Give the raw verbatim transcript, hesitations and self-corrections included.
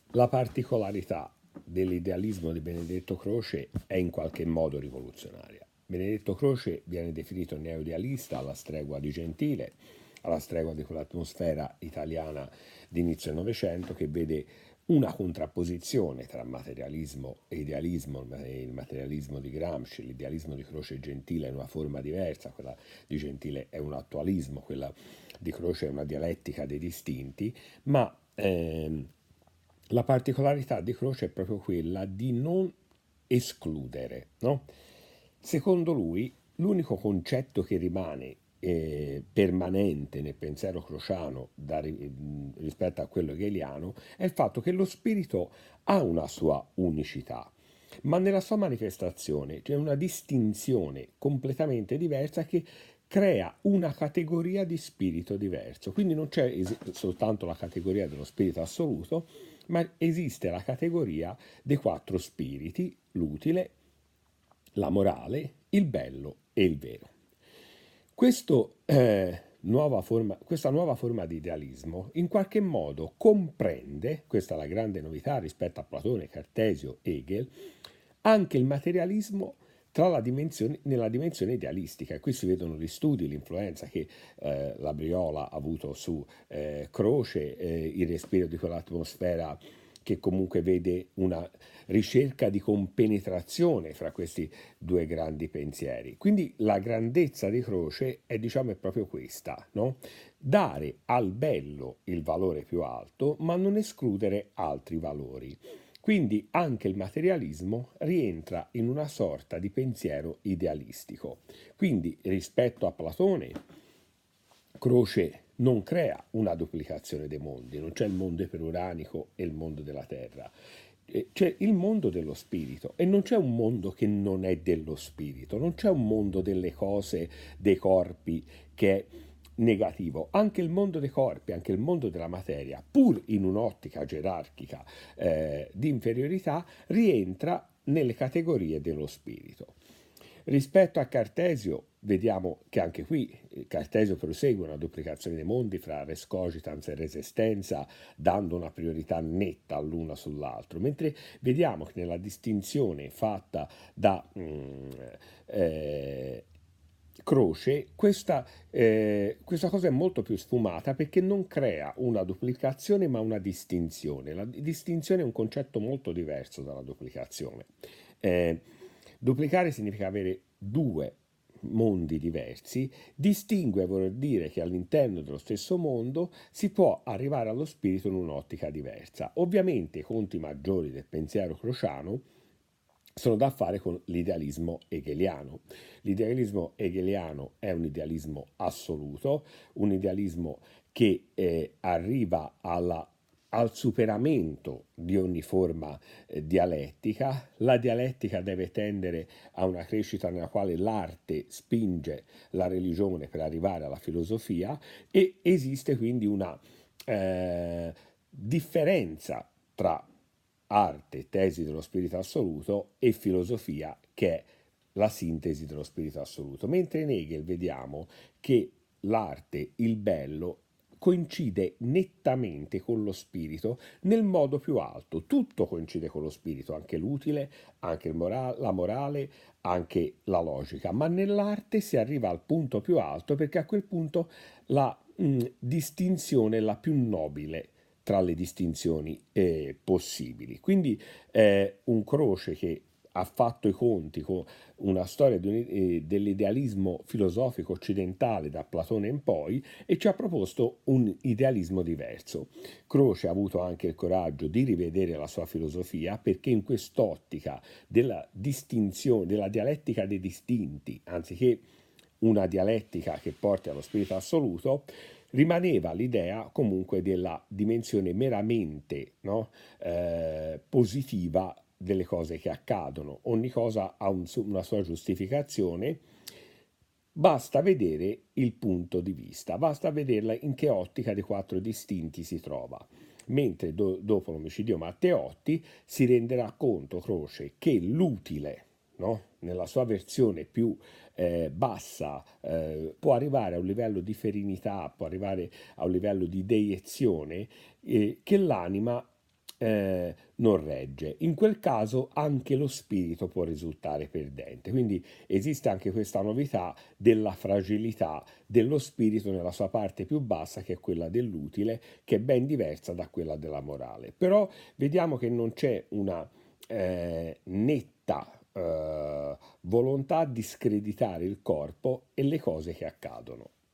La particolarità dell'idealismo di Benedetto Croce è in qualche modo rivoluzionaria. Benedetto Croce viene definito neoidealista alla stregua di Gentile, alla stregua di quell'atmosfera italiana di inizio Novecento che vede una contrapposizione tra materialismo e idealismo, il materialismo di Gramsci, l'idealismo di Croce e Gentile è una forma diversa, quella di Gentile è un attualismo, quella di Croce è una dialettica dei distinti, ma ehm, la particolarità di Croce è proprio quella di non escludere, no? Secondo lui, l'unico concetto che rimane eh, permanente nel pensiero crociano da, rispetto a quello hegeliano è il fatto che lo spirito ha una sua unicità, ma nella sua manifestazione c'è una distinzione completamente diversa che crea una categoria di spirito diverso. Quindi non c'è es- soltanto la categoria dello spirito assoluto, ma esiste la categoria dei quattro spiriti, l'utile, la morale, il bello e il vero. Questo, eh, nuova forma, questa nuova forma di idealismo in qualche modo comprende, questa è la grande novità rispetto a Platone, Cartesio, Hegel, anche il materialismo tra la dimensione, nella dimensione idealistica. E qui si vedono gli studi, l'influenza che eh, la Briola ha avuto su eh, Croce, eh, il respiro di quell'atmosfera che comunque vede una ricerca di compenetrazione fra questi due grandi pensieri. Quindi la grandezza di Croce è, diciamo, è proprio questa, no? Dare al bello il valore più alto, ma non escludere altri valori. Quindi anche il materialismo rientra in una sorta di pensiero idealistico. Quindi rispetto a Platone, Croce non crea una duplicazione dei mondi, non c'è il mondo iperuranico e il mondo della terra, eh, c'è il mondo dello spirito e non c'è un mondo che non è dello spirito, non c'è un mondo delle cose, dei corpi che è negativo. Anche il mondo dei corpi, anche il mondo della materia, pur in un'ottica gerarchica eh, di inferiorità, rientra nelle categorie dello spirito. Rispetto a Cartesio, vediamo che anche qui Cartesio prosegue una duplicazione dei mondi fra res cogitans e res extensa, dando una priorità netta all'una sull'altro, mentre vediamo che nella distinzione fatta da mm, eh, Croce, questa, eh, questa cosa è molto più sfumata perché non crea una duplicazione ma una distinzione. La distinzione è un concetto molto diverso dalla duplicazione. Eh, Duplicare significa avere due mondi diversi, distingue vuol dire che all'interno dello stesso mondo si può arrivare allo spirito in un'ottica diversa. Ovviamente i conti maggiori del pensiero crociano sono da fare con l'idealismo hegeliano. L'idealismo hegeliano è un idealismo assoluto, un idealismo che eh, arriva alla al superamento di ogni forma eh, dialettica. La dialettica deve tendere a una crescita nella quale l'arte spinge la religione per arrivare alla filosofia e esiste quindi una eh, differenza tra arte, tesi dello spirito assoluto, e filosofia, che è la sintesi dello spirito assoluto. Mentre in Hegel vediamo che l'arte, il bello, coincide nettamente con lo spirito nel modo più alto. Tutto coincide con lo spirito, anche l'utile, anche il mora- la morale, anche la logica, ma nell'arte si arriva al punto più alto perché a quel punto la mh, distinzione è la più nobile tra le distinzioni eh, possibili. Quindi è un Croce che ha fatto i conti con una storia di un, eh, dell'idealismo filosofico occidentale da Platone in poi e ci ha proposto un idealismo diverso. Croce ha avuto anche il coraggio di rivedere la sua filosofia perché in quest'ottica della distinzione, della dialettica dei distinti, anziché una dialettica che porti allo spirito assoluto, rimaneva l'idea comunque della dimensione meramente, no, eh, positiva delle cose che accadono. Ogni cosa ha un, una sua giustificazione, basta vedere il punto di vista, basta vederla in che ottica dei quattro distinti si trova. Mentre do, dopo l'omicidio Matteotti si renderà conto Croce che l'utile, no, nella sua versione più eh, bassa, eh, può arrivare a un livello di ferinità, può arrivare a un livello di deiezione, eh, che l'anima eh, non regge. In quel caso anche lo spirito può risultare perdente. Quindi esiste anche questa novità della fragilità dello spirito nella sua parte più bassa, che è quella dell'utile, che è ben diversa da quella della morale. Però vediamo che non c'è una eh, netta eh, volontà di screditare il corpo e le cose che accadono.